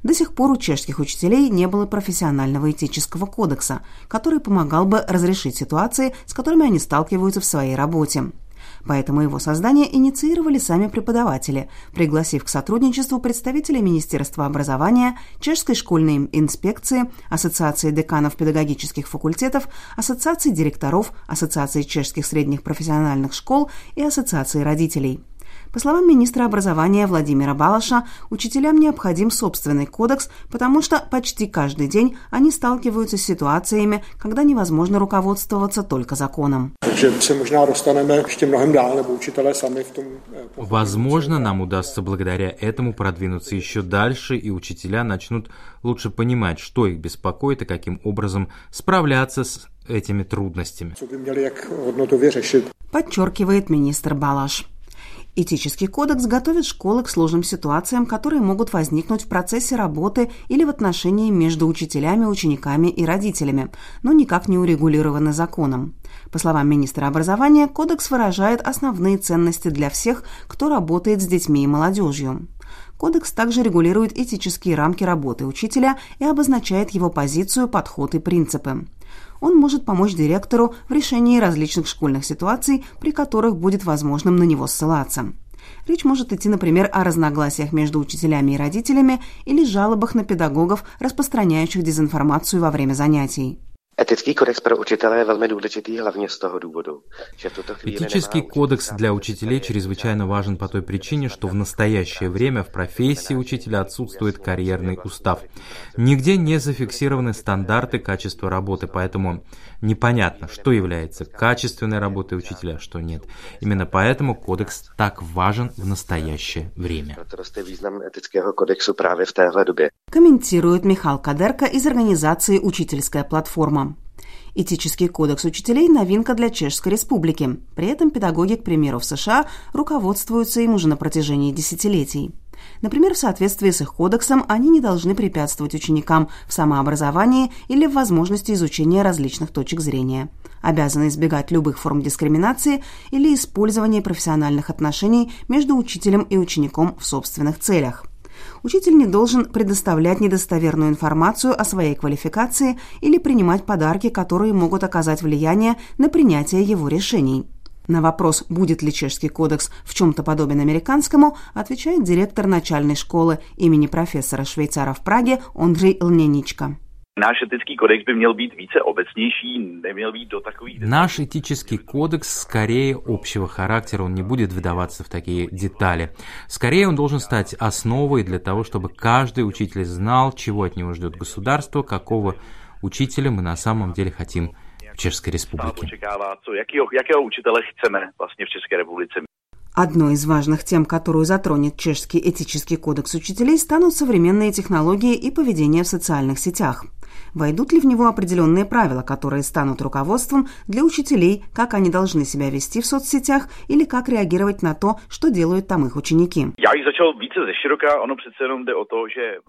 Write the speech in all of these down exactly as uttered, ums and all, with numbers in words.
До сих пор у чешских учителей не было профессионального этического кодекса, который помогал бы разрешить ситуации, с которыми они сталкиваются в своей работе. Поэтому его создание инициировали сами преподаватели, пригласив к сотрудничеству представителей Министерства образования, Чешской школьной инспекции, Ассоциации деканов педагогических факультетов, Ассоциации директоров, Ассоциации чешских средних профессиональных школ и Ассоциации родителей. По словам министра образования Владимира Балаша, учителям необходим собственный кодекс, потому что почти каждый день они сталкиваются с ситуациями, когда невозможно руководствоваться только законом. Возможно, нам удастся благодаря этому продвинуться еще дальше, и учителя начнут лучше понимать, что их беспокоит и каким образом справляться с этими трудностями. Подчеркивает министр Балаш. Этический кодекс готовит школы к сложным ситуациям, которые могут возникнуть в процессе работы или в отношении между учителями, учениками и родителями, но никак не урегулированы законом. По словам министра образования, кодекс выражает основные ценности для всех, кто работает с детьми и молодежью. Кодекс также регулирует этические рамки работы учителя и обозначает его позицию, подход и принципы. Он может помочь директору в решении различных школьных ситуаций, при которых будет возможным на него ссылаться. Речь может идти, например, о разногласиях между учителями и родителями или жалобах на педагогов, распространяющих дезинформацию во время занятий. Etický kodex pro učitele je velmi důležitý hlavně z toho důvodu, že v tuto chvíli Этический кодекс для учителей чрезвычайно важен по той причине, что в настоящее время в профессии учителя отсутствует карьерный устав. Нигде не зафиксированы стандарты качества работы, поэтому непонятно, что является качественной работой учителя, а что нет. Именно поэтому кодекс так важен в настоящее время. Комментирует Михаил Кадерка из организации «Учительская платформа». Этический кодекс учителей – новинка для Чешской Республики. При этом педагоги, к примеру, в США руководствуются им уже на протяжении десятилетий. Например, в соответствии с их кодексом они не должны препятствовать ученикам в самообразовании или в возможности изучения различных точек зрения, обязаны избегать любых форм дискриминации или использования профессиональных отношений между учителем и учеником в собственных целях. Учитель не должен предоставлять недостоверную информацию о своей квалификации или принимать подарки, которые могут оказать влияние на принятие его решений. На вопрос, будет ли чешский кодекс в чем-то подобен американскому, отвечает директор начальной школы имени профессора Швейцара в Праге Ondřej Lněnička. Наш этический кодекс бы měl být více obecnější, neměl být do takových... Наш этический кодекс скорее общего характера, он не будет вдаваться в такие детали. Скорее он должен стать основой для того, чтобы каждый учитель знал, чего от него ждет государство, какого учителя мы на самом деле хотим в Чешской Республике. Jakého učitele chceme vlastně v České republice. Одной из важных тем, которую затронет чешский этический кодекс учителей, станут современные технологии и поведение в социальных сетях. Войдут ли в него определенные правила, которые станут руководством для учителей, как они должны себя вести в соцсетях или как реагировать на то, что делают там их ученики? Я bych začal více ze široka, ono přece jenom jde o to, že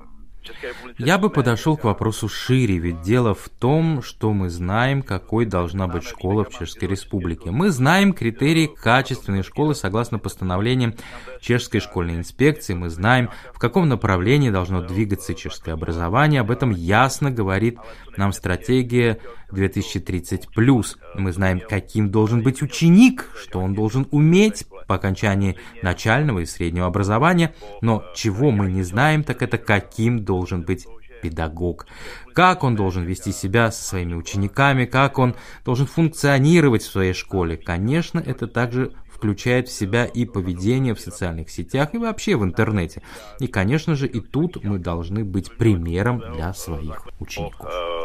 Я бы подошел к вопросу шире, ведь дело в том, что мы знаем, какой должна быть школа в Чешской Республике. Мы знаем критерии качественной школы согласно постановлениям Чешской школьной инспекции. Мы знаем, в каком направлении должно двигаться чешское образование. Об этом ясно говорит нам стратегия две тысячи тридцать плюс. Мы знаем, каким должен быть ученик, что он должен уметь по окончании начального и среднего образования, но чего мы не знаем, так это каким должен быть педагог, как он должен вести себя со своими учениками, как он должен функционировать в своей школе. Конечно, это также включает в себя и поведение в социальных сетях, и вообще в интернете. И, конечно же, и тут мы должны быть примером для своих учеников.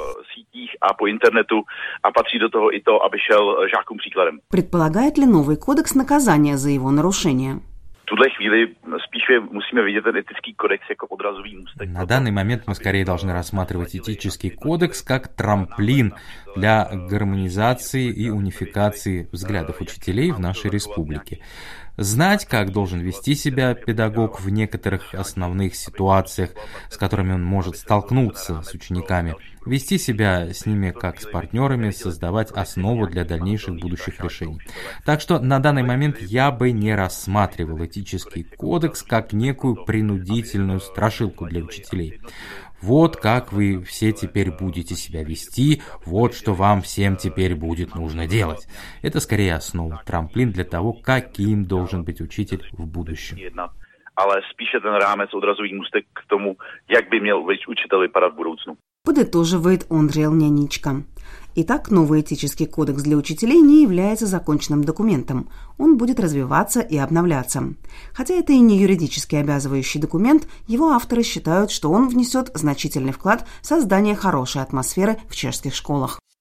А по интернету, а patří do toho i to, aby šel žákům příkladem. Предполагает ли новый кодекс наказания за его нарушение? В tuhle chvíli spíše musíme vidět ten etický kodex jako odrazový můstek. На данный момент мы скорее должны рассматривать этический кодекс как трамплин для гармонизации и унификации взглядов учителей в нашей республике. Знать, как должен вести себя педагог в некоторых основных ситуациях, с которыми он может столкнуться с учениками, вести себя с ними как с партнерами, создавать основу для дальнейших будущих решений. Так что на данный момент я бы не рассматривал этический кодекс как некую принудительную страшилку для учителей. Вот как вы все теперь будете себя вести, вот что вам всем теперь будет нужно делать. Это скорее основа, трамплин для того, каким должен быть учитель в будущем. Ale spíše ten rámec odrazový můstek k tomu, jak by měl učitel vypadat v budoucnu. Подытоживает Ондрей Лняничка. Итак, новый этический кодекс для учителей не является законченным документом. Он будет развиваться и обновляться. Хотя это и не юридически обязывающий документ, его авторы считают, что он внесет значительный вклад в создание хорошей атмосферы в чешских школах.